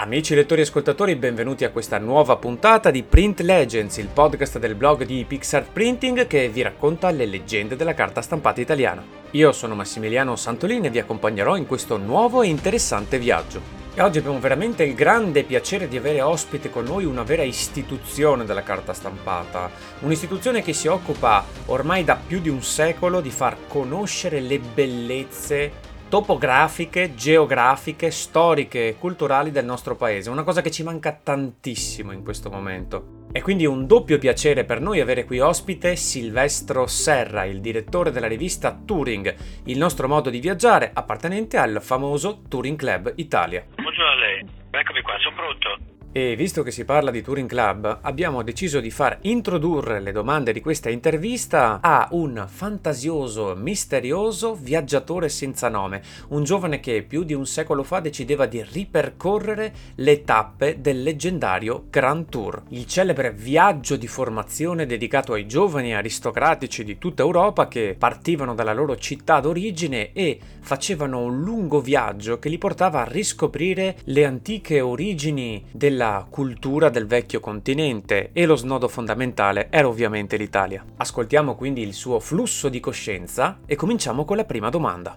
Amici lettori e ascoltatori, benvenuti a questa nuova puntata di Print Legends, il podcast del blog di Pixart Printing che vi racconta le leggende della carta stampata italiana. Io sono Massimiliano Santolin e vi accompagnerò in questo nuovo e interessante viaggio. E oggi abbiamo veramente il grande piacere di avere ospite con noi una vera istituzione della carta stampata, un'istituzione che si occupa ormai da più di un secolo di far conoscere le bellezze topografiche, geografiche, storiche e culturali del nostro paese, una cosa che ci manca tantissimo in questo momento. E quindi un doppio piacere per noi avere qui ospite Silvestro Serra, il direttore della rivista Touring, il nostro modo di viaggiare appartenente al famoso Touring Club Italia. Buongiorno a lei, eccomi qua, sono pronto. E visto che si parla di Touring Club, abbiamo deciso di far introdurre le domande di questa intervista a un fantasioso, misterioso viaggiatore senza nome, un giovane che più di un secolo fa decideva di ripercorrere le tappe del leggendario Grand Tour, il celebre viaggio di formazione dedicato ai giovani aristocratici di tutta Europa che partivano dalla loro città d'origine e facevano un lungo viaggio che li portava a riscoprire le antiche origini della cultura del vecchio continente, e lo snodo fondamentale era ovviamente l'Italia. Ascoltiamo quindi il suo flusso di coscienza e cominciamo con la prima domanda.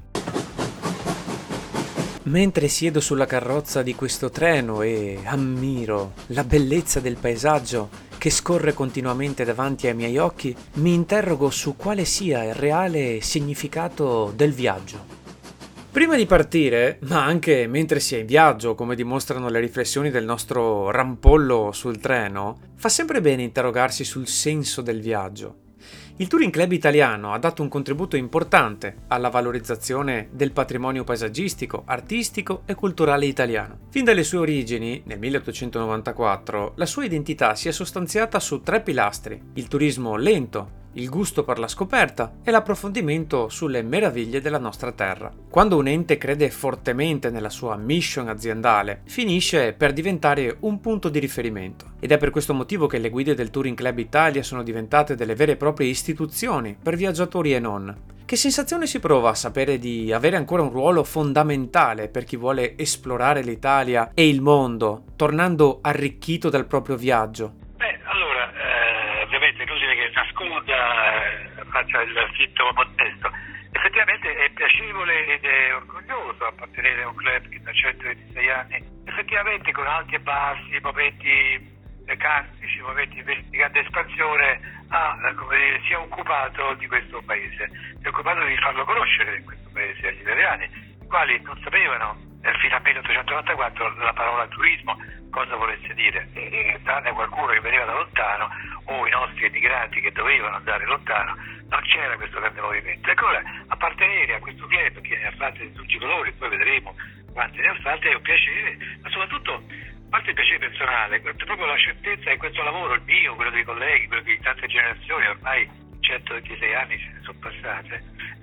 Mentre siedo sulla carrozza di questo treno e ammiro la bellezza del paesaggio che scorre continuamente davanti ai miei occhi, mi interrogo su quale sia il reale significato del viaggio. Prima di partire, ma anche mentre si è in viaggio, come dimostrano le riflessioni del nostro rampollo sul treno, fa sempre bene interrogarsi sul senso del viaggio. Il Touring Club Italiano ha dato un contributo importante alla valorizzazione del patrimonio paesaggistico, artistico e culturale italiano. Fin dalle sue origini, nel 1894, la sua identità si è sostanziata su tre pilastri: il turismo lento, il gusto per la scoperta e l'approfondimento sulle meraviglie della nostra terra. Quando un ente crede fortemente nella sua mission aziendale, finisce per diventare un punto di riferimento. Ed è per questo motivo che le guide del Touring Club Italia sono diventate delle vere e proprie istituzioni per viaggiatori e non. Che sensazione si prova a sapere di avere ancora un ruolo fondamentale per chi vuole esplorare l'Italia e il mondo, tornando arricchito dal proprio viaggio? Ovviamente è inutile che nasconda, faccia il finto modesto. Effettivamente è piacevole ed è orgoglioso appartenere a un club che da 126 anni, effettivamente con alti e bassi, momenti carsici, momenti di grande espansione, si è occupato di questo paese, si è occupato di farlo conoscere in questo paese agli italiani, i quali non sapevano fino al 1894 la parola turismo cosa volesse dire, e tranne qualcuno che veniva da lontano o i nostri emigrati che dovevano andare lontano, non c'era questo grande movimento. Ecco, ora appartenere a questo club che ne ha fatte di tutti i colori, poi vedremo quante ne ha fatte, è un piacere, ma soprattutto, a parte il piacere personale, proprio la certezza che questo lavoro, il mio, quello dei colleghi, quello di tante generazioni, ormai 126 anni se ne sono passate,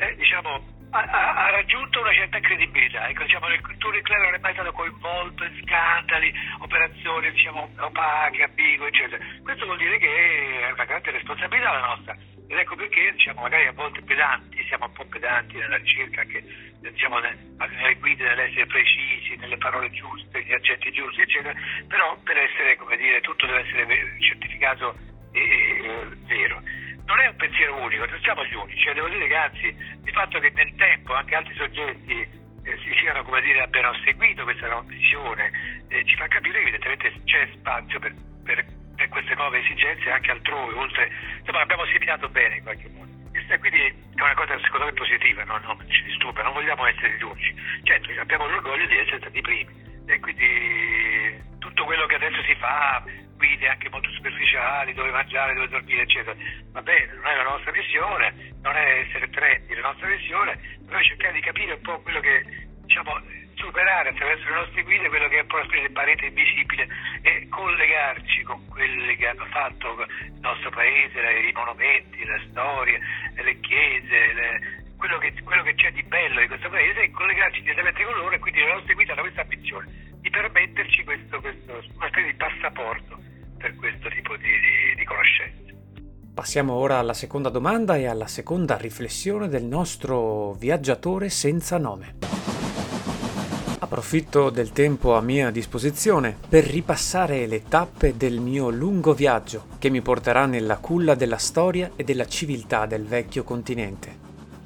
ha raggiunto una certa credibilità. Ecco, il Touring Club non è mai stato coinvolto in scandali, operazioni opache, ambigue, eccetera. Questo vuol dire che è una grande responsabilità la nostra, ed ecco perché magari a volte pedanti, siamo un po' pedanti nella ricerca, anche nelle guide, nell'essere precisi, nelle parole giuste, negli accenti giusti, eccetera, però per essere, tutto deve essere certificato e vero. Non è un pensiero unico, non siamo gli unici, devo dire che anzi il fatto che nel tempo anche altri soggetti abbiano seguito questa missione ci fa capire che evidentemente c'è spazio per queste nuove esigenze anche altrove, oltre, abbiamo seminato bene in qualche modo. E quindi è una cosa secondo me positiva, non ci disturba, non vogliamo essere gli unici. Certo, abbiamo l'orgoglio di essere stati i primi, e quindi tutto quello che adesso si fa, guide anche molto superficiali, dove mangiare, dove dormire, eccetera, va bene, non è la nostra missione, non è essere trendy, la nostra missione, però cercare di capire un po' quello che, superare attraverso le nostre guide quello che è un po' la specie di parete invisibile e collegarci con quelli che hanno fatto il nostro paese, i monumenti, le storie, le chiese, quello che c'è di bello in questo paese, e collegarci direttamente con loro. E quindi le nostre guide hanno questa ambizione di permetterci questo una specie di passaporto per questo tipo di conoscenze. Passiamo ora alla seconda domanda e alla seconda riflessione del nostro viaggiatore senza nome. A Approfitto del tempo a mia disposizione per ripassare le tappe del mio lungo viaggio che mi porterà nella culla della storia e della civiltà del vecchio continente.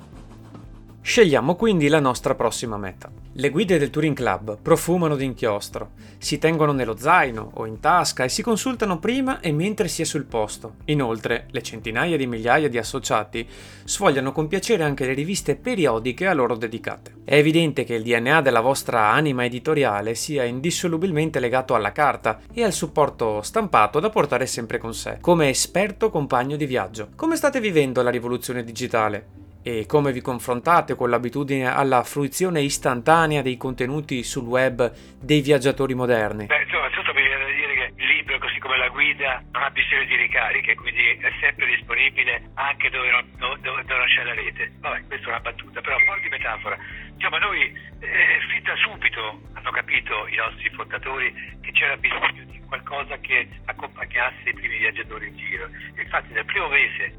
Scegliamo quindi la nostra prossima meta. Le guide del Touring Club profumano d'inchiostro, si tengono nello zaino o in tasca e si consultano prima e mentre si è sul posto. Inoltre, le centinaia di migliaia di associati sfogliano con piacere anche le riviste periodiche a loro dedicate. È evidente che il DNA della vostra anima editoriale sia indissolubilmente legato alla carta e al supporto stampato da portare sempre con sé, come esperto compagno di viaggio. Come state vivendo la rivoluzione digitale? E come vi confrontate con l'abitudine alla fruizione istantanea dei contenuti sul web dei viaggiatori moderni? Insomma, tutto mi viene da dire che il libro, così come la guida, non ha bisogno di ricariche, quindi è sempre disponibile anche dove non c'è la rete. Vabbè, questa è una battuta, però fuori di metafora. Diciamo, noi fin da subito hanno capito i nostri fondatori che c'era bisogno di qualcosa che accompagnasse i primi viaggiatori in giro. E infatti nel primo mese,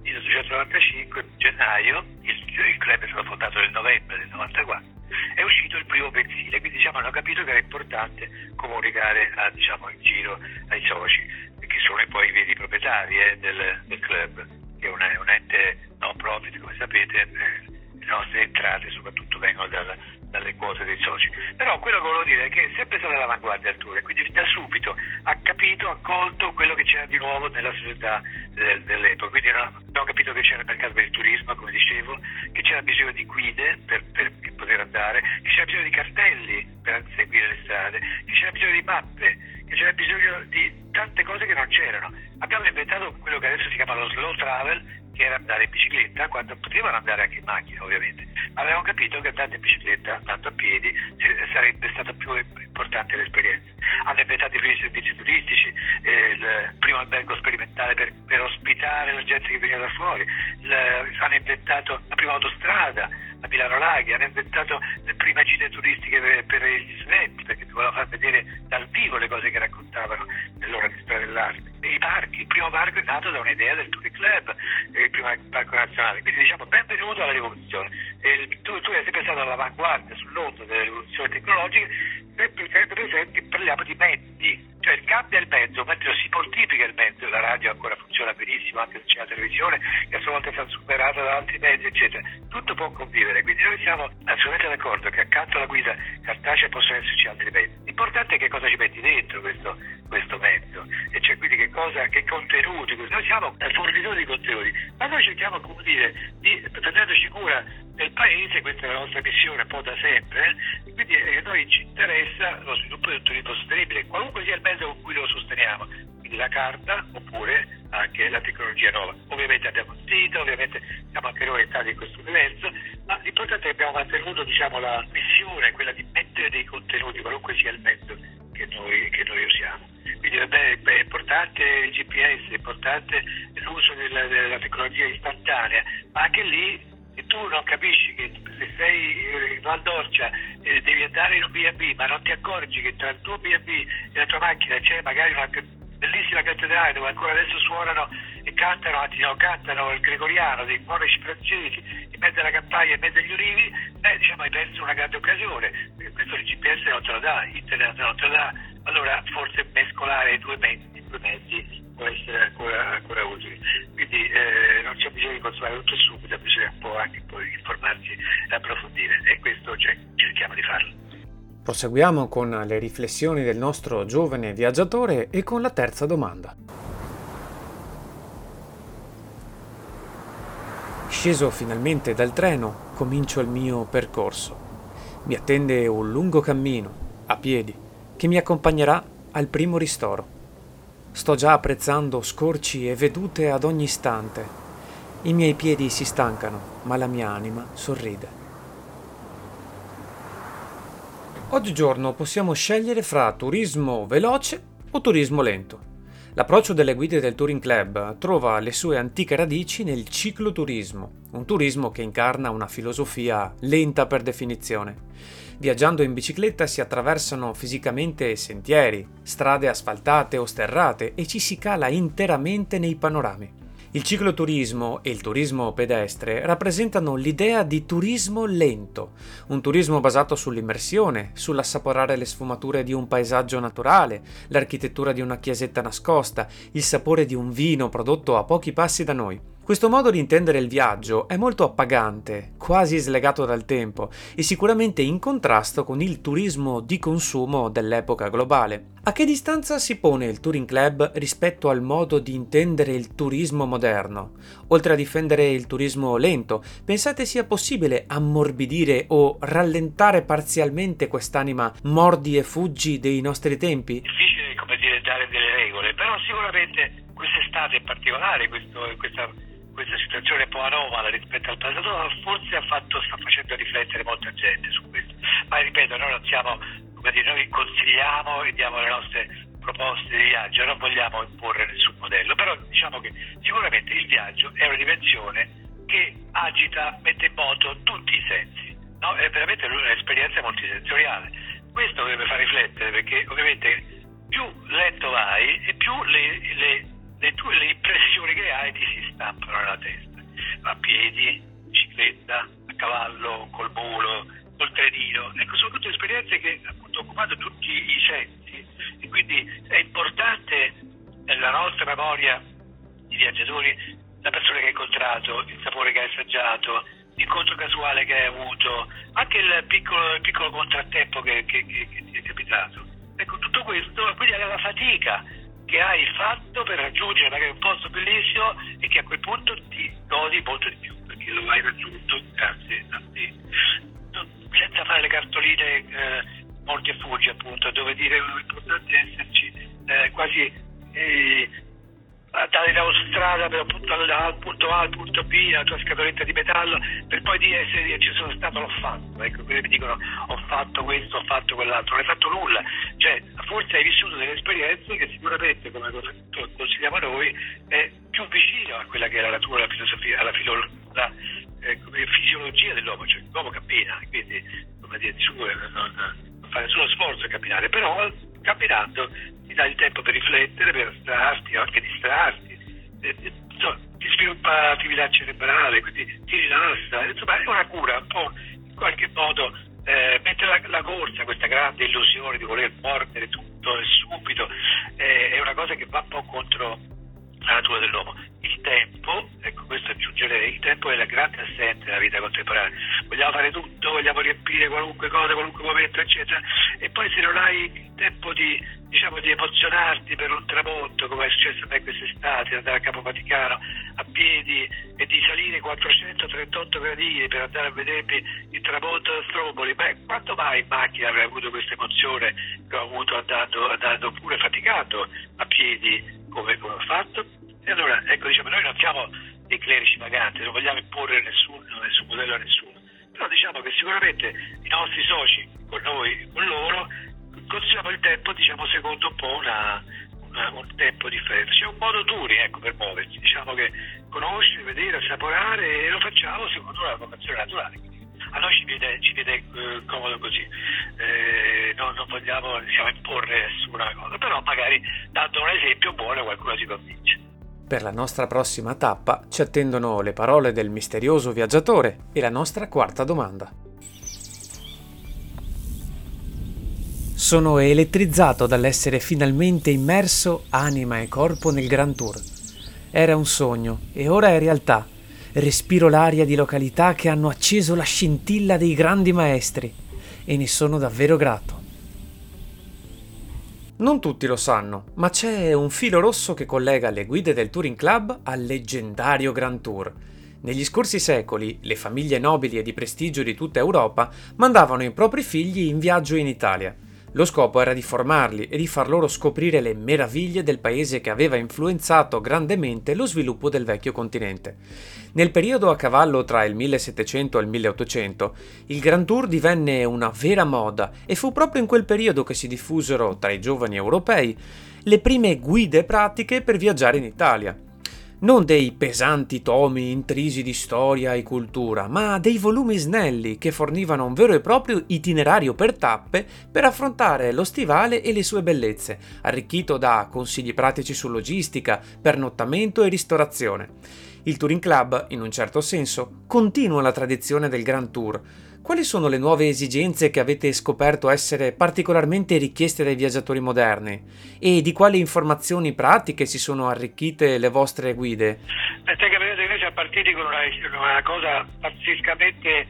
1995, gennaio, il club è stato fondato nel novembre del 94, è uscito il primo mensile, quindi hanno capito che era importante comunicare in giro ai soci, che sono poi i veri proprietari del club, che è un ente non profit, come sapete. Le nostre entrate soprattutto vengono dalle quote dei soci. Però quello che volevo dire è che è sempre stata all'avanguardia il tour, quindi da subito ha colto quello che c'era di nuovo nella società dell'epoca. Quindi abbiamo capito che c'era il mercato per il turismo, come dicevo, che c'era bisogno di guide per poter andare, che c'era bisogno di cartelli per seguire le strade, che c'era bisogno di mappe, che c'era bisogno di tante cose che non c'erano. Abbiamo inventato quello che adesso si chiama lo slow travel, che era andare in bicicletta, quando potevano andare anche in macchina ovviamente, ma avevamo capito che andando in bicicletta, andando a piedi, sarebbe stata più importante l'esperienza. Hanno inventato i primi servizi turistici, il primo albergo sperimentale per ospitare la gente che veniva da fuori, hanno inventato la prima autostrada a Milano Laghi, hanno inventato le prime gite turistiche per gli studenti, perché dovevano far vedere dal vivo le cose che raccontavano nell'ora di storia dell'arte. I parchi, il primo parco è nato da un'idea del Touring Club, il primo parco nazionale, quindi benvenuto alla rivoluzione. Tu hai sempre stato all'avanguardia sull'onda delle rivoluzioni tecnologiche, per esempio parliamo di mezzi, cioè cambia il mezzo, mentre si moltiplica il mezzo, la radio ancora funziona benissimo, anche se c'è la televisione che a sua volta è stata superata da altri mezzi, eccetera. Tutto può convivere, quindi noi siamo assolutamente d'accordo che accanto alla guida cartacea possono esserci altri mezzi. L'importante è che cosa ci metti dentro questo mezzo, e cioè quindi che contenuti. Noi siamo fornitori di contenuti, ma noi cerchiamo, come dire, prendendoci cura del paese, questa è la nostra missione un po' da sempre, e quindi a noi ci interessa lo sviluppo del turismo sostenibile, qualunque sia il mezzo con cui lo sosteniamo, quindi la carta oppure anche la tecnologia nuova. Ovviamente abbiamo un sito, ovviamente siamo anche noi orientati in questo diverso, ma l'importante è che abbiamo mantenuto la missione, quella di mettere dei contenuti, qualunque sia il mezzo che noi usiamo. Quindi è importante il GPS, è importante l'uso della tecnologia istantanea, ma anche lì se tu non capisci che se sei in Val d'Orcia devi andare in un B&B, ma non ti accorgi che tra il tuo B&B e la tua macchina c'è magari una bellissima cattedrale dove ancora adesso suonano e cantano il gregoriano dei monaci francesi in mezzo alla campagna, in mezzo agli ulivi, hai perso una grande occasione, perché questo il GPS non te lo dà, internet non te lo dà. Allora forse mescolare i due mezzi può essere ancora utile. Quindi non c'è bisogno di consumare tutto subito, bisogna anche poi informarsi e approfondire, e questo cerchiamo di farlo. Proseguiamo con le riflessioni del nostro giovane viaggiatore e con la terza domanda. Sceso finalmente dal treno, comincio il mio percorso. Mi attende un lungo cammino, a piedi, che mi accompagnerà al primo ristoro. Sto già apprezzando scorci e vedute ad ogni istante. I miei piedi si stancano, ma la mia anima sorride. Oggigiorno possiamo scegliere fra turismo veloce o turismo lento. L'approccio delle guide del Touring Club trova le sue antiche radici nel cicloturismo, un turismo che incarna una filosofia lenta per definizione. Viaggiando in bicicletta si attraversano fisicamente sentieri, strade asfaltate o sterrate e ci si cala interamente nei panorami. Il cicloturismo e il turismo pedestre rappresentano l'idea di turismo lento, un turismo basato sull'immersione, sull'assaporare le sfumature di un paesaggio naturale, l'architettura di una chiesetta nascosta, il sapore di un vino prodotto a pochi passi da noi. Questo modo di intendere il viaggio è molto appagante, quasi slegato dal tempo e sicuramente in contrasto con il turismo di consumo dell'epoca globale. A che distanza si pone il Touring Club rispetto al modo di intendere il turismo moderno? Oltre a difendere il turismo lento, pensate sia possibile ammorbidire o rallentare parzialmente quest'anima mordi e fuggi dei nostri tempi? Difficile, come dire, dare delle regole, però sicuramente quest'estate in particolare, questa situazione un po' anomala rispetto al passato, forse sta facendo riflettere molta gente su questo. Ma ripeto, noi non siamo, come dire, noi consigliamo e diamo le nostre proposte di viaggio, non vogliamo imporre nessun modello, però diciamo che sicuramente il viaggio è una dimensione che mette in moto tutti i sensi, no? È veramente un'esperienza multisensoriale. Questo deve far riflettere, perché ovviamente più lento vai e più le impressioni che hai ti si stampano nella testa, a piedi, bicicletta, a cavallo, col mulo, col trenino. Ecco, sono tutte esperienze che appunto occupano tutti i sensi, e quindi è importante nella nostra memoria di viaggiatori la persona che hai incontrato, il sapore che hai assaggiato, l'incontro casuale che hai avuto, anche il piccolo contrattempo che ti è capitato. Ecco, tutto questo, quindi la fatica che hai fatto per raggiungere magari un posto bellissimo e che a quel punto ti godi molto di più, perché lo hai raggiunto grazie a te. Senza fare le cartoline morti e fuggi, appunto, dove dire l'importante è esserci quasi andare in autostrada per appunto dal punto A al punto B, la tua scatoletta di metallo, per poi dire se ci sono stato, l'ho fatto. Ecco, quelli mi dicono ho fatto questo, ho fatto quell'altro, non hai fatto nulla. Cioè, forse hai vissuto delle esperienze che sicuramente, come consigliamo noi, è più vicino a quella che era la tua filosofia, come fisiologia dell'uomo. Cioè, l'uomo cammina, quindi, come dire, di sicuro non fa nessuno sforzo a camminare, però camminando ti dai il tempo per riflettere, per astrarti, anche distrarti, ti sviluppa attività cerebrale, quindi ti rilassa. Insomma, è una cura un po', in qualche modo, mentre la corsa, questa grande illusione di voler mordere tutto e subito, è una cosa che va un po' contro la natura dell'uomo. Il tempo, ecco, questo aggiungerei, il tempo è la grande assente della vita contemporanea. Vogliamo fare tutto, vogliamo riempire qualunque cosa, qualunque momento, eccetera, e poi se non hai il tempo di emozionarti per un tramonto, come è successo a me quest'estate, andare a Capo Vaticano a piedi e di salire 438 gradini per andare a vedermi il tramonto da Stromboli, quanto mai in macchina avrei avuto questa emozione che ho avuto andando pure faticato a piedi come ho fatto? E allora, ecco, diciamo, noi non siamo dei clerici vaganti, non vogliamo imporre nessun modello a nessuno, però diciamo che sicuramente i nostri soci, con noi, con loro, consigliamo il tempo, diciamo, secondo un po' un tempo differente. C'è un modo Touring, ecco, per muoversi, diciamo che conoscere, vedere, assaporare, e lo facciamo secondo la vocazione naturale. Quindi a noi ci viene comodo così, non vogliamo, diciamo, imporre nessuna cosa, però magari dando un esempio buono qualcuno si convince. Per la nostra prossima tappa ci attendono le parole del misterioso viaggiatore e la nostra quarta domanda. Sono elettrizzato dall'essere finalmente immerso anima e corpo nel Grand Tour. Era un sogno e ora è realtà. Respiro l'aria di località che hanno acceso la scintilla dei grandi maestri e ne sono davvero grato. Non tutti lo sanno, ma c'è un filo rosso che collega le guide del Touring Club al leggendario Grand Tour. Negli scorsi secoli, le famiglie nobili e di prestigio di tutta Europa mandavano i propri figli in viaggio in Italia. Lo scopo era di formarli e di far loro scoprire le meraviglie del paese che aveva influenzato grandemente lo sviluppo del vecchio continente. Nel periodo a cavallo tra il 1700 e il 1800, il Grand Tour divenne una vera moda e fu proprio in quel periodo che si diffusero tra i giovani europei le prime guide pratiche per viaggiare in Italia. Non dei pesanti tomi intrisi di storia e cultura, ma dei volumi snelli che fornivano un vero e proprio itinerario per tappe per affrontare lo stivale e le sue bellezze, arricchito da consigli pratici su logistica, pernottamento e ristorazione. Il Touring Club, in un certo senso, continua la tradizione del Grand Tour. Quali sono le nuove esigenze che avete scoperto essere particolarmente richieste dai viaggiatori moderni? E di quali informazioni pratiche si sono arricchite le vostre guide? Perché vedete, noi siamo partiti con una cosa pazzescamente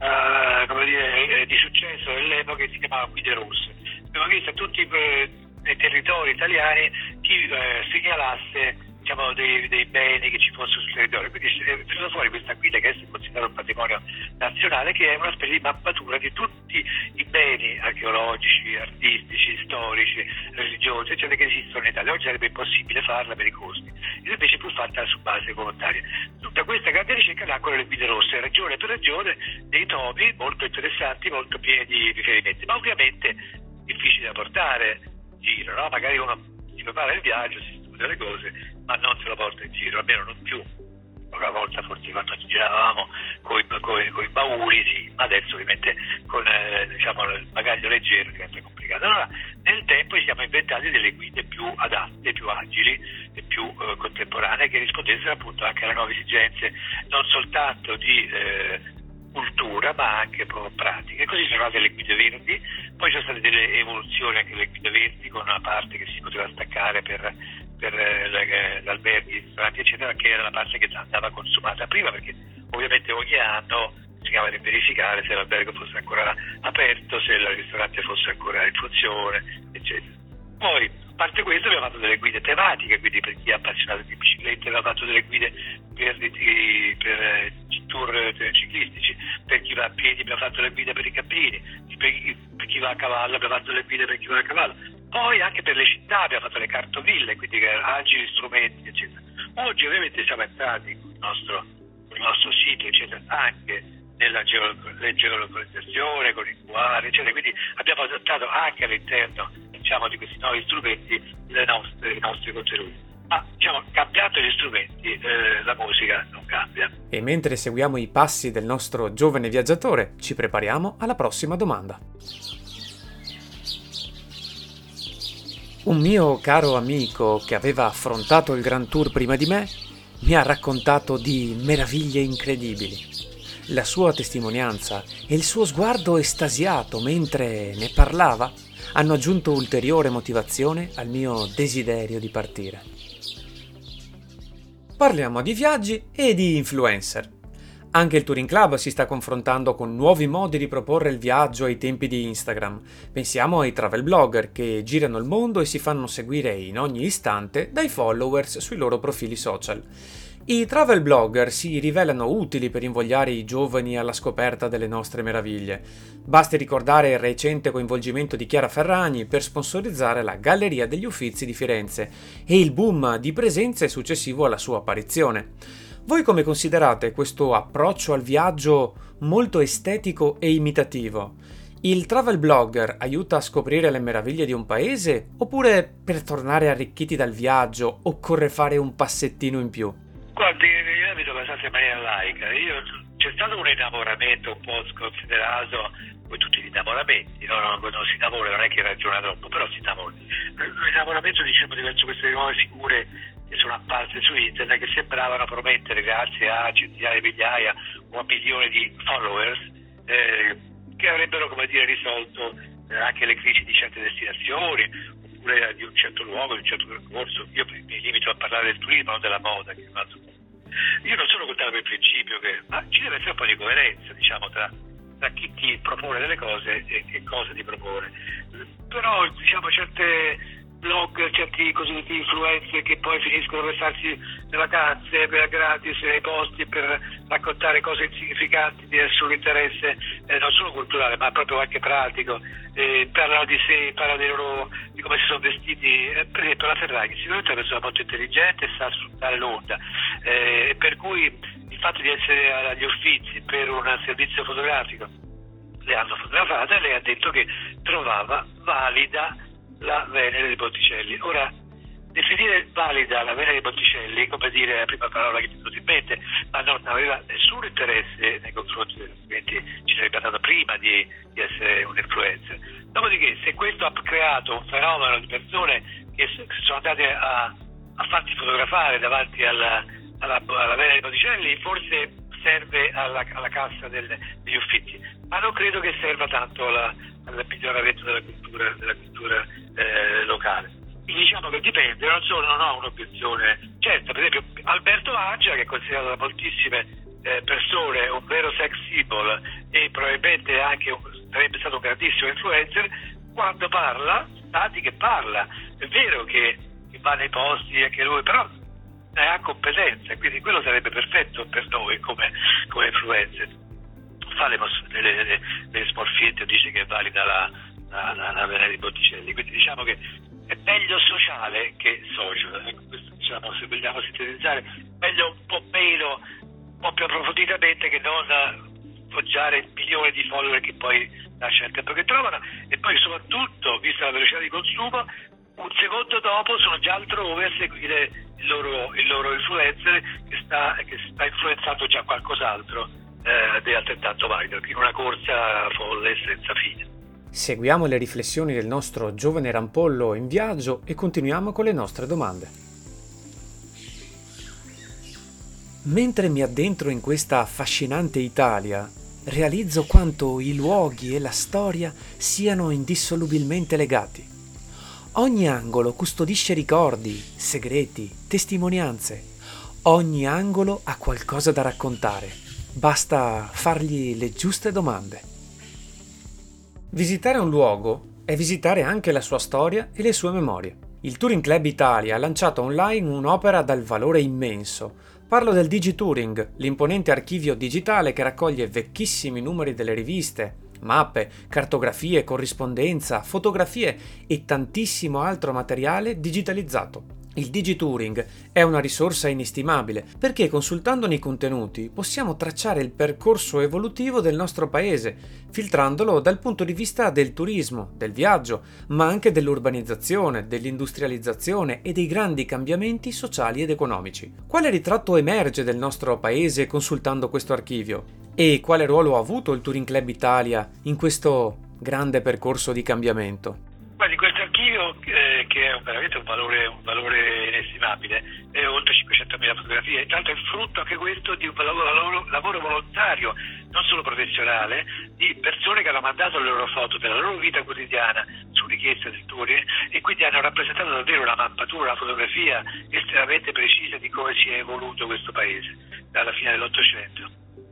di successo dell'epoca, che si chiamava Guide Rosse. Abbiamo visto tutti i territori italiani chi segnalasse dei beni che ci fossero sul territorio, quindi è venuta fuori questa guida che è considerata un patrimonio nazionale, che è una specie di mappatura di tutti i beni archeologici, artistici, storici, religiosi, eccetera, che esistono in Italia. Oggi sarebbe impossibile farla per i costi, ed invece fu fatta su base volontaria. Tutta questa grande ricerca nacquero le guide rosse, regione per regione, dei tomi molto interessanti, molto pieni di riferimenti, ma ovviamente difficili da portare in giro, no? Magari uno si prepara il viaggio, si studia le cose, ma non se lo porta in giro, almeno non più. Una volta forse quando giravamo con i bauli, sì, ma adesso ovviamente con il bagaglio leggero diventa complicato. Allora nel tempo ci siamo inventati delle guide più adatte, più agili e più contemporanee, che rispondessero appunto anche alle nuove esigenze, non soltanto di cultura ma anche proprio pratiche. Così sono nate le guide verdi, poi ci sono state delle evoluzioni anche delle guide verdi, con una parte che si poteva staccare per l'alberghi, ristoranti eccetera, che era la parte che andava consumata prima, perché ovviamente ogni anno bisognava verificare se l'albergo fosse ancora aperto, se il ristorante fosse ancora in funzione, eccetera. Poi, a parte questo, abbiamo fatto delle guide tematiche, quindi per chi è appassionato di biciclette abbiamo fatto delle guide per tour ciclistici, per chi va a piedi abbiamo fatto le guide per i cammini, per chi va a cavallo abbiamo fatto le guide per chi va a cavallo. Poi anche per le città abbiamo fatto le cartoville, quindi agili strumenti, eccetera. Oggi ovviamente siamo entrati con il nostro sito, eccetera, anche nella geolocalizzazione, con il QR, eccetera, quindi abbiamo adattato anche all'interno di questi nuovi strumenti i nostri contenuti. Ma cambiando gli strumenti la musica non cambia. E mentre seguiamo i passi del nostro giovane viaggiatore, ci prepariamo alla prossima domanda. Un mio caro amico che aveva affrontato il Grand Tour prima di me mi ha raccontato di meraviglie incredibili. La sua testimonianza e il suo sguardo estasiato mentre ne parlava hanno aggiunto ulteriore motivazione al mio desiderio di partire. Parliamo di viaggi e di influencer. Anche il Touring Club si sta confrontando con nuovi modi di proporre il viaggio ai tempi di Instagram. Pensiamo ai travel blogger che girano il mondo e si fanno seguire in ogni istante dai followers sui loro profili social. I travel blogger si rivelano utili per invogliare i giovani alla scoperta delle nostre meraviglie. Basti ricordare il recente coinvolgimento di Chiara Ferragni per sponsorizzare la Galleria degli Uffizi di Firenze e il boom di presenze successivo alla sua apparizione. Voi come considerate questo approccio al viaggio molto estetico e imitativo? Il travel blogger aiuta a scoprire le meraviglie di un paese, oppure per tornare arricchiti dal viaggio occorre fare un passettino in più? Guardi, io vedo abbastanza in maniera laica. C'è stato un innamoramento un po' sconsiderato, come tutti gli innamoramenti, no? Quando si innamora non è che ragiona troppo, però si innamora. L'innamoramento, verso queste nuove figure che sono apparse su internet, che sembravano promettere, grazie a centinaia di migliaia o a milioni di followers, che avrebbero, risolto anche le crisi di certe destinazioni, di un certo luogo, di un certo percorso. Io mi limito a parlare del turismo, non della moda, che è un altro punto. Io non sono contrario per principio ma ci deve essere un po' di coerenza, tra chi ti propone delle cose e che cosa ti propone. Però certe blog, certi cosiddetti influencer che poi finiscono per farsi le vacanze per gratis nei posti per raccontare cose insignificanti di assoluto interesse non solo culturale ma proprio anche pratico, parlano di sé, parlano di come si sono vestiti. Per esempio la Ferrari sicuramente è una persona molto intelligente e sa sfruttare l'onda, per cui il fatto di essere agli Uffizi per un servizio fotografico le hanno fotografata e lei ha detto che trovava valida la Venere di Botticelli. Ora, definire valida la vena di Botticelli, come dire la prima parola che mi è venuta in mente, ma non aveva nessun interesse nei confronti degli studenti, ci sarebbe stato prima di essere un influencer. Dopodiché, se questo ha creato un fenomeno di persone che sono andate a farsi fotografare davanti alla vena di Botticelli, forse serve alla cassa degli uffizi, ma non credo che serva tanto al miglioramento della cultura locale. Quindi diciamo che dipende, non ho un'obiezione certa. Per esempio Alberto Aggia, che è considerato da moltissime persone un vero sex symbol e probabilmente anche sarebbe stato un grandissimo influencer, quando parla, stati che parla, è vero che va nei posti anche lui, però ha competenze, quindi quello sarebbe perfetto per noi come influencer. Fa le smorfiette o dice che è valida la vena di Botticelli, quindi diciamo che è meglio sociale che social, questo, diciamo, se vogliamo sintetizzare, meglio un po' più approfonditamente che non poggiare milioni di follower che poi lascia il tempo che trovano, e poi soprattutto, vista la velocità di consumo, un secondo dopo sono già altrove a seguire il loro influencer che sta influenzando già qualcos'altro di altrettanto valido, in una corsa folle senza fine. Seguiamo le riflessioni del nostro giovane rampollo in viaggio e continuiamo con le nostre domande. Mentre mi addentro in questa affascinante Italia, realizzo quanto i luoghi e la storia siano indissolubilmente legati. Ogni angolo custodisce ricordi, segreti, testimonianze. Ogni angolo ha qualcosa da raccontare. Basta fargli le giuste domande. Visitare un luogo è visitare anche la sua storia e le sue memorie. Il Touring Club Italia ha lanciato online un'opera dal valore immenso. Parlo del Digitouring, l'imponente archivio digitale che raccoglie vecchissimi numeri delle riviste, mappe, cartografie, corrispondenza, fotografie e tantissimo altro materiale digitalizzato. Il Digitouring è una risorsa inestimabile perché consultandone i contenuti possiamo tracciare il percorso evolutivo del nostro paese, filtrandolo dal punto di vista del turismo, del viaggio, ma anche dell'urbanizzazione, dell'industrializzazione e dei grandi cambiamenti sociali ed economici. Quale ritratto emerge del nostro paese consultando questo archivio? E quale ruolo ha avuto il Touring Club Italia in questo grande percorso di cambiamento? Guardi, questo archivio che è veramente un valore inestimabile, è oltre 500.000 fotografie, intanto è frutto anche questo di un lavoro volontario, non solo professionale, di persone che hanno mandato le loro foto della loro vita quotidiana su richiesta del Touring e quindi hanno rappresentato davvero una mappatura, una fotografia estremamente precisa di come si è evoluto questo paese dalla fine dell'Ottocento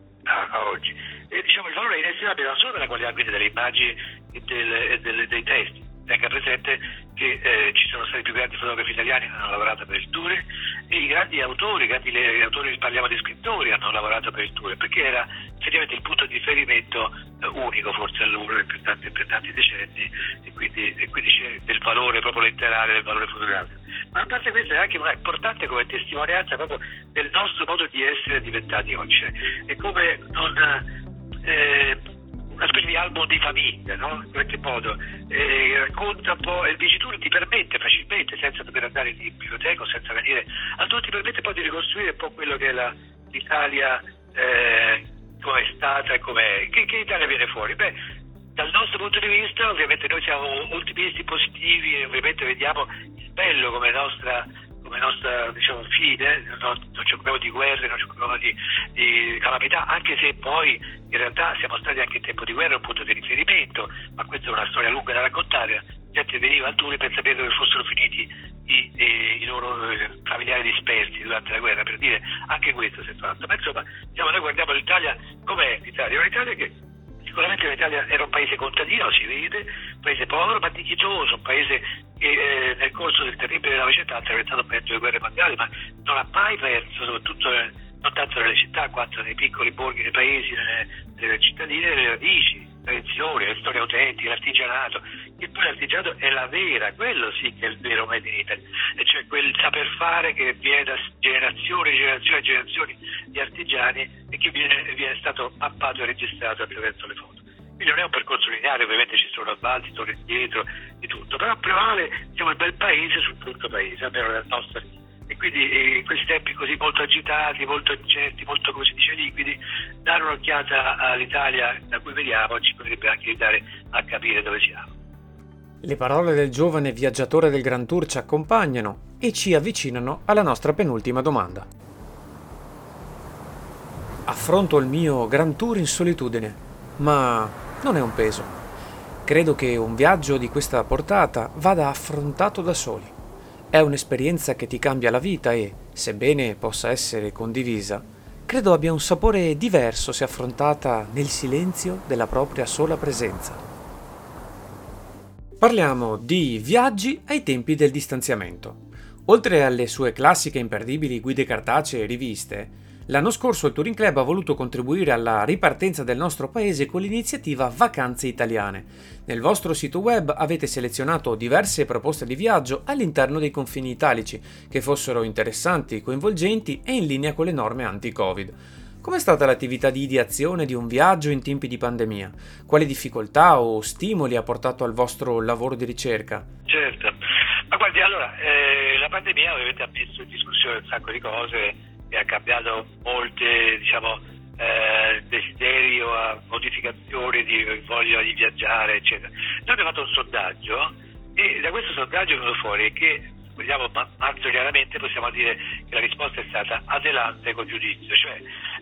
a oggi. E diciamo il valore è inestimabile non solo per la qualità delle immagini e dei testi. Tenga presente che ci sono stati i più grandi fotografi italiani che hanno lavorato per il Touring e i grandi autori, parliamo di scrittori, hanno lavorato per il Touring perché era effettivamente il punto di riferimento unico forse all'uno per tanti decenni e quindi c'è del valore proprio letterario, del valore fotografico. Ma a parte questo è anche importante come testimonianza proprio del nostro modo di essere diventati oggi. È come una specie di album di famiglia, no? In qualche modo racconta un po', il Digitouring ti permette facilmente, senza dover andare in biblioteca o senza venire a tutti, ti permette poi di ricostruire un po' quello che è l'Italia come è stata e com'è. Che Italia viene fuori? Beh, dal nostro punto di vista ovviamente noi siamo ottimisti, positivi e ovviamente vediamo il bello come nostra diciamo fine, non ci occupiamo di guerre, non ci occupiamo di calamità, anche se poi in realtà siamo stati anche in tempo di guerra un punto di riferimento, ma questa è una storia lunga da raccontare. La gente veniva al Touring per sapere dove fossero finiti i loro familiari dispersi durante la guerra, per dire anche questo si è fatto. Ma insomma, noi guardiamo l'Italia com'è l'Italia, un'Italia che sicuramente l'Italia era un paese contadino, si vede, un paese povero ma dignitoso, un paese che nel corso del terribile Novecento ha attraversato per 2 guerre mondiali, ma non ha mai perso, soprattutto non tanto nelle città quanto nei piccoli borghi, nei paesi, nelle cittadine, nelle radici, tradizioni, le storie autentiche, l'artigianato. E poi l'artigianato è la vera, quello sì che è il vero Made in Italy, e cioè quel saper fare che viene da generazioni e generazioni di artigiani e che viene stato mappato e registrato attraverso le foto. Quindi non è un percorso lineare. sterminare, ovviamente ci sono sbalzi, torni indietro, di tutto, però prevale il bel paese su tutto il paese, almeno nel nostro. E quindi in questi tempi così molto agitati, molto incerti, molto, come si dice, liquidi, dare un'occhiata all'Italia da cui veniamo ci potrebbe anche aiutare a capire dove siamo. Le parole del giovane viaggiatore del Grand Tour ci accompagnano e ci avvicinano alla nostra penultima domanda. Affronto il mio Grand Tour in solitudine, ma non è un peso. Credo che un viaggio di questa portata vada affrontato da soli. È un'esperienza che ti cambia la vita e, sebbene possa essere condivisa, credo abbia un sapore diverso se affrontata nel silenzio della propria sola presenza. Parliamo di viaggi ai tempi del distanziamento. Oltre alle sue classiche e imperdibili guide cartacee e riviste, l'anno scorso il Touring Club ha voluto contribuire alla ripartenza del nostro paese con l'iniziativa Vacanze Italiane. Nel vostro sito web avete selezionato diverse proposte di viaggio all'interno dei confini italici, che fossero interessanti, coinvolgenti e in linea con le norme anti-Covid. Com'è stata l'attività di ideazione di un viaggio in tempi di pandemia? Quali difficoltà o stimoli ha portato al vostro lavoro di ricerca? Certo, ma guardi, allora, la pandemia ovviamente ha messo in discussione un sacco di cose e ha cambiato molte, desideri o modificazioni di voglia di viaggiare, eccetera. Noi abbiamo fatto un sondaggio e da questo sondaggio è venuto fuori che, vogliamo chiaramente, possiamo dire che la risposta è stata adelante con giudizio, cioè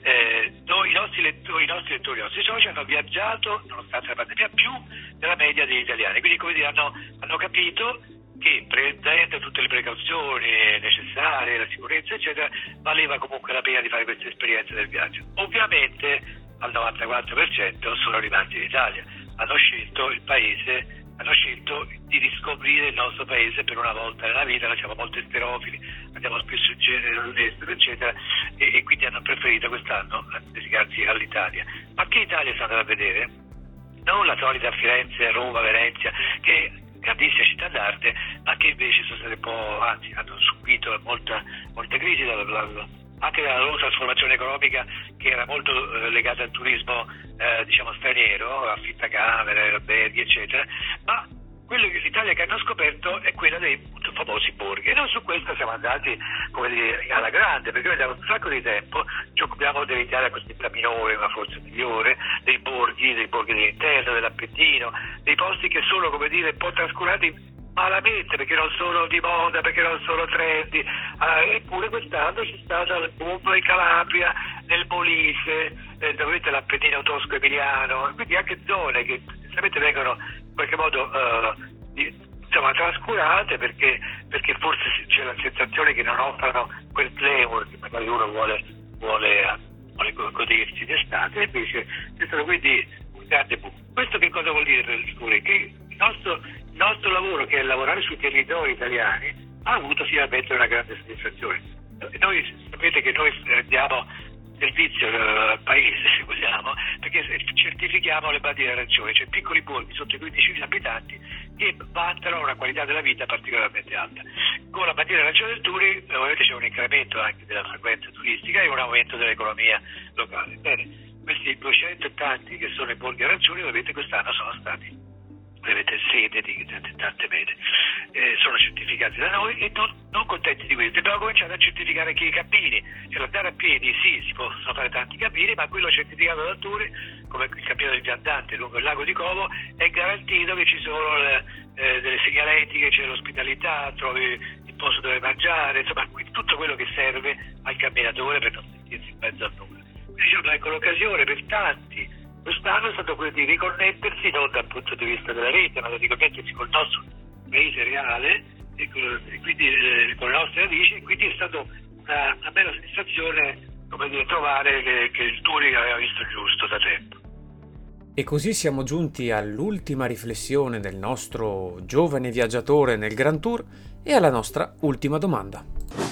i nostri lettori, i nostri soci hanno viaggiato, nonostante la pandemia, più della media degli italiani, quindi come dire hanno capito che prendendo tutte le precauzioni necessarie, la sicurezza eccetera, valeva comunque la pena di fare questa esperienza del viaggio. Ovviamente al 94% sono rimasti in Italia, hanno scelto il paese, hanno scelto di riscoprire il nostro paese per una volta nella vita. Noi siamo molto esterofili, andiamo spesso in genere all'estero eccetera, e quindi hanno preferito quest'anno dedicarsi all'Italia. Ma che Italia stanno a vedere? Non la solita Firenze, Roma, Venezia, che grandissime città d'arte, ma che invece sono state un po', anzi hanno subito molta crisi anche dalla loro trasformazione economica, che era molto legata al turismo straniero, affittacamere, alberghi eccetera, ma l'Italia che hanno scoperto è quella dei famosi borghi, e noi su questo siamo andati, come dire, alla grande, perché noi da un sacco di tempo ci occupiamo dell'Italia cosiddetta minore, ma forse migliore, dei borghi dell'interno, dell'Appennino, dei posti che sono, come dire, un po' trascurati malamente, perché non sono di moda, perché non sono trendy, eppure quest'anno c'è stato il boom in Calabria, nel Molise, dove avete l'Appennino tosco-emiliano, quindi anche zone che sapete vengono in qualche modo trascurate perché forse c'è la sensazione che non offrano quel glamour che magari uno vuole godersi d'estate, e invece c'è stato quindi un grande boom. Questo che cosa vuol dire per il Touring? Che il nostro lavoro, che è lavorare sui territori italiani, ha avuto finalmente una grande soddisfazione. Noi sapete che noi diamo servizio al paese, se vogliamo, perché certifichiamo le bandiere arancioni, cioè piccoli borghi sotto i 15.000 abitanti che vantano una qualità della vita particolarmente alta. Con la bandiera arancione del Touring ovviamente c'è un incremento anche della frequenza turistica e un aumento dell'economia locale. Bene, questi 200 e tanti che sono i borghi arancioni ovviamente quest'anno sono stati sede di tante mete, sono certificati da noi, e non contenti di questo abbiamo cominciato a certificare anche i cammini, cioè l'andare a piedi sì, si possono fare tanti cammini, ma quello certificato dal Touring, come il cammino del Viandante lungo il lago di Como, è garantito che ci sono delle segnaletiche, c'è l'ospitalità, trovi il posto dove mangiare, insomma tutto quello che serve al camminatore per non sentirsi in mezzo al nulla. Quindi ecco l'occasione per tanti quest'anno è stato quello di riconnettersi non dal punto di vista della rete, ma di riconnettersi col nostro paese reale e quindi con le nostre radici, e quindi è stata una bella sensazione, come dire, trovare che il Touring aveva visto giusto da tempo. E così siamo giunti all'ultima riflessione del nostro giovane viaggiatore nel Grand Tour e alla nostra ultima domanda.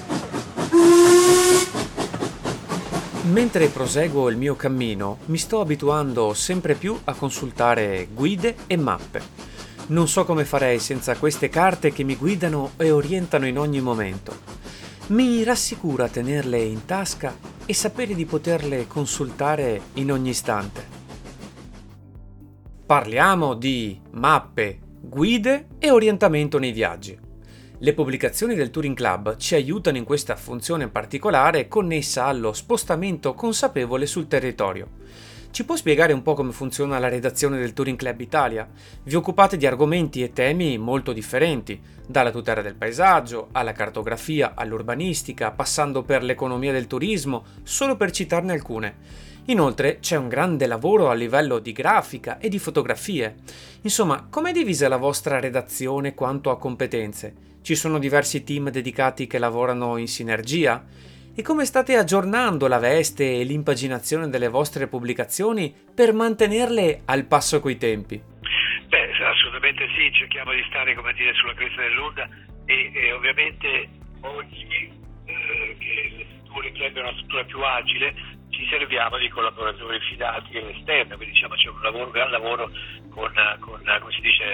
Mentre proseguo il mio cammino, mi sto abituando sempre più a consultare guide e mappe. Non so come farei senza queste carte che mi guidano e orientano in ogni momento. Mi rassicura tenerle in tasca e sapere di poterle consultare in ogni istante. Parliamo di mappe, guide e orientamento nei viaggi. Le pubblicazioni del Touring Club ci aiutano in questa funzione particolare connessa allo spostamento consapevole sul territorio. Ci può spiegare un po' come funziona la redazione del Touring Club Italia? Vi occupate di argomenti e temi molto differenti, dalla tutela del paesaggio, alla cartografia, all'urbanistica, passando per l'economia del turismo, solo per citarne alcune. Inoltre c'è un grande lavoro a livello di grafica e di fotografie. Insomma, com'è divisa la vostra redazione quanto a competenze? Ci sono diversi team dedicati che lavorano in sinergia? E come state aggiornando la veste e l'impaginazione delle vostre pubblicazioni per mantenerle al passo coi tempi? Assolutamente sì, cerchiamo di stare, come dire, sulla cresta dell'onda e ovviamente oggi che le strutture prendono una struttura più agile ci serviamo di collaboratori fidati all'esterno, quindi diciamo c'è un gran lavoro con come si dice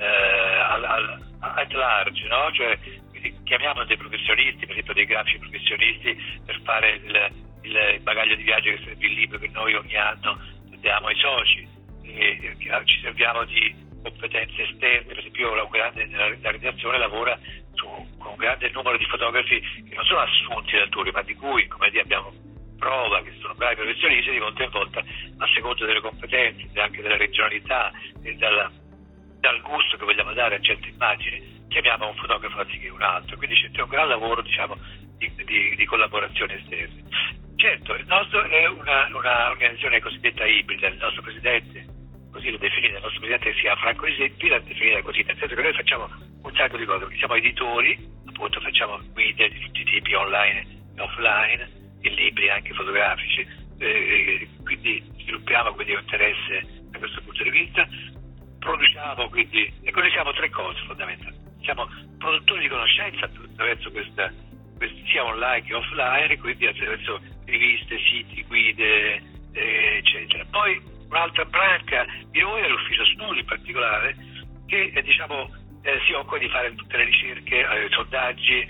at large, no? Cioè chiamiamo dei professionisti, per esempio dei grafici professionisti, per fare il bagaglio di viaggio, che sarebbe il libro che noi ogni anno diamo ai soci, e ci serviamo di competenze esterne. Per esempio la redazione lavora con un grande numero di fotografi che non sono assunti dal Touring, ma di cui, come dire, abbiamo prova che sono bravi professionisti, di volta in volta, a seconda delle competenze e anche della regionalità e dal gusto che vogliamo dare a certe immagini, chiamiamo un fotografo anziché un altro. Quindi c'è un gran lavoro, diciamo, di collaborazione esterna. Certo, il nostro è un'organizzazione cosiddetta ibrida. Il nostro presidente, così lo definita, il nostro presidente si chiama Franco Isetti, l'ha definita così, nel senso che noi facciamo un sacco di cose, perché siamo editori, appunto facciamo guide di tutti i tipi, online e offline, e libri anche fotografici, quindi sviluppiamo un interesse da questo punto di vista. Produciamo quindi, e così siamo tre cose fondamentali. Siamo produttori di conoscenza attraverso questa sia online che offline, quindi attraverso riviste, siti, guide, eccetera. Poi un'altra branca di noi è l'ufficio Snuri in particolare, che si occupa di fare tutte le ricerche, sondaggi,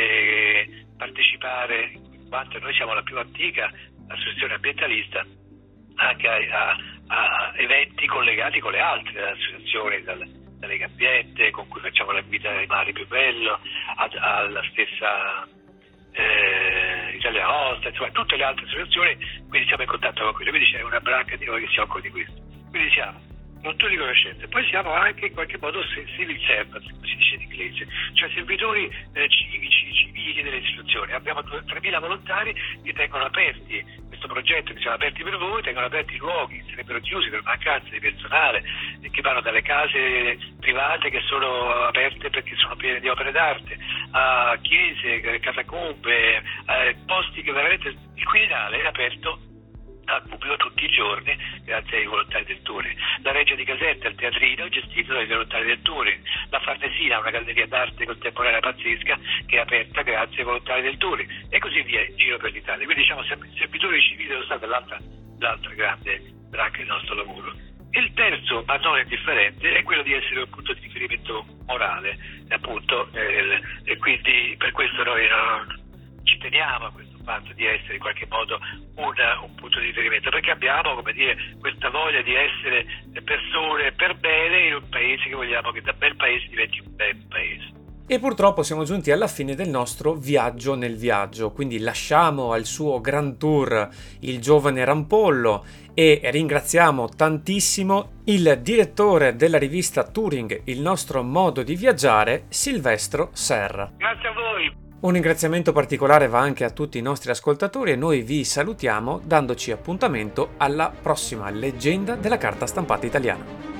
partecipare, in quanto noi siamo la più antica associazione ambientalista, anche a eventi collegati con le altre associazioni, da Lega Ambiente, con cui facciamo la guida ai mari più bello, alla stessa Italia Hosta, insomma tutte le altre associazioni, quindi siamo in contatto con quelle, quindi c'è una branca di noi che si occupa di questo. Quindi siamo produttori di conoscenze, poi siamo anche in qualche modo civil servants, come si dice in inglese, cioè servitori civici, civili delle istituzioni. Abbiamo 3.000 volontari che tengono aperti questo progetto, che siamo aperti per voi, tengono aperti i luoghi che sarebbero chiusi per mancanza di personale, che vanno dalle case private che sono aperte perché sono piene di opere d'arte, a chiese, catacombe, posti che veramente il Quirinale è aperto al pubblico tutti i giorni grazie ai volontari del Touring. La Reggia di Caserta, il teatrino, è gestito dai volontari del Touring. La Farnesina, una galleria d'arte contemporanea pazzesca, che è aperta grazie ai volontari del Touring, e così via in giro per l'Italia. Quindi diciamo servitori civili dello Stato è l'altra grande branca del nostro lavoro. E il terzo, ma non indifferente, è quello di essere un punto di riferimento morale, appunto, e quindi per questo noi ci teniamo a questo fatto di essere in qualche modo un punto di riferimento, perché abbiamo, come dire, questa voglia di essere persone per bene in un paese che vogliamo che da bel paese diventi un bel paese. E purtroppo siamo giunti alla fine del nostro viaggio nel viaggio, quindi lasciamo al suo grand tour il giovane Rampollo e ringraziamo tantissimo il direttore della rivista Touring, Il nostro modo di viaggiare, Silvestro Serra. Grazie a voi. Un ringraziamento particolare va anche a tutti i nostri ascoltatori e noi vi salutiamo dandoci appuntamento alla prossima leggenda della carta stampata italiana.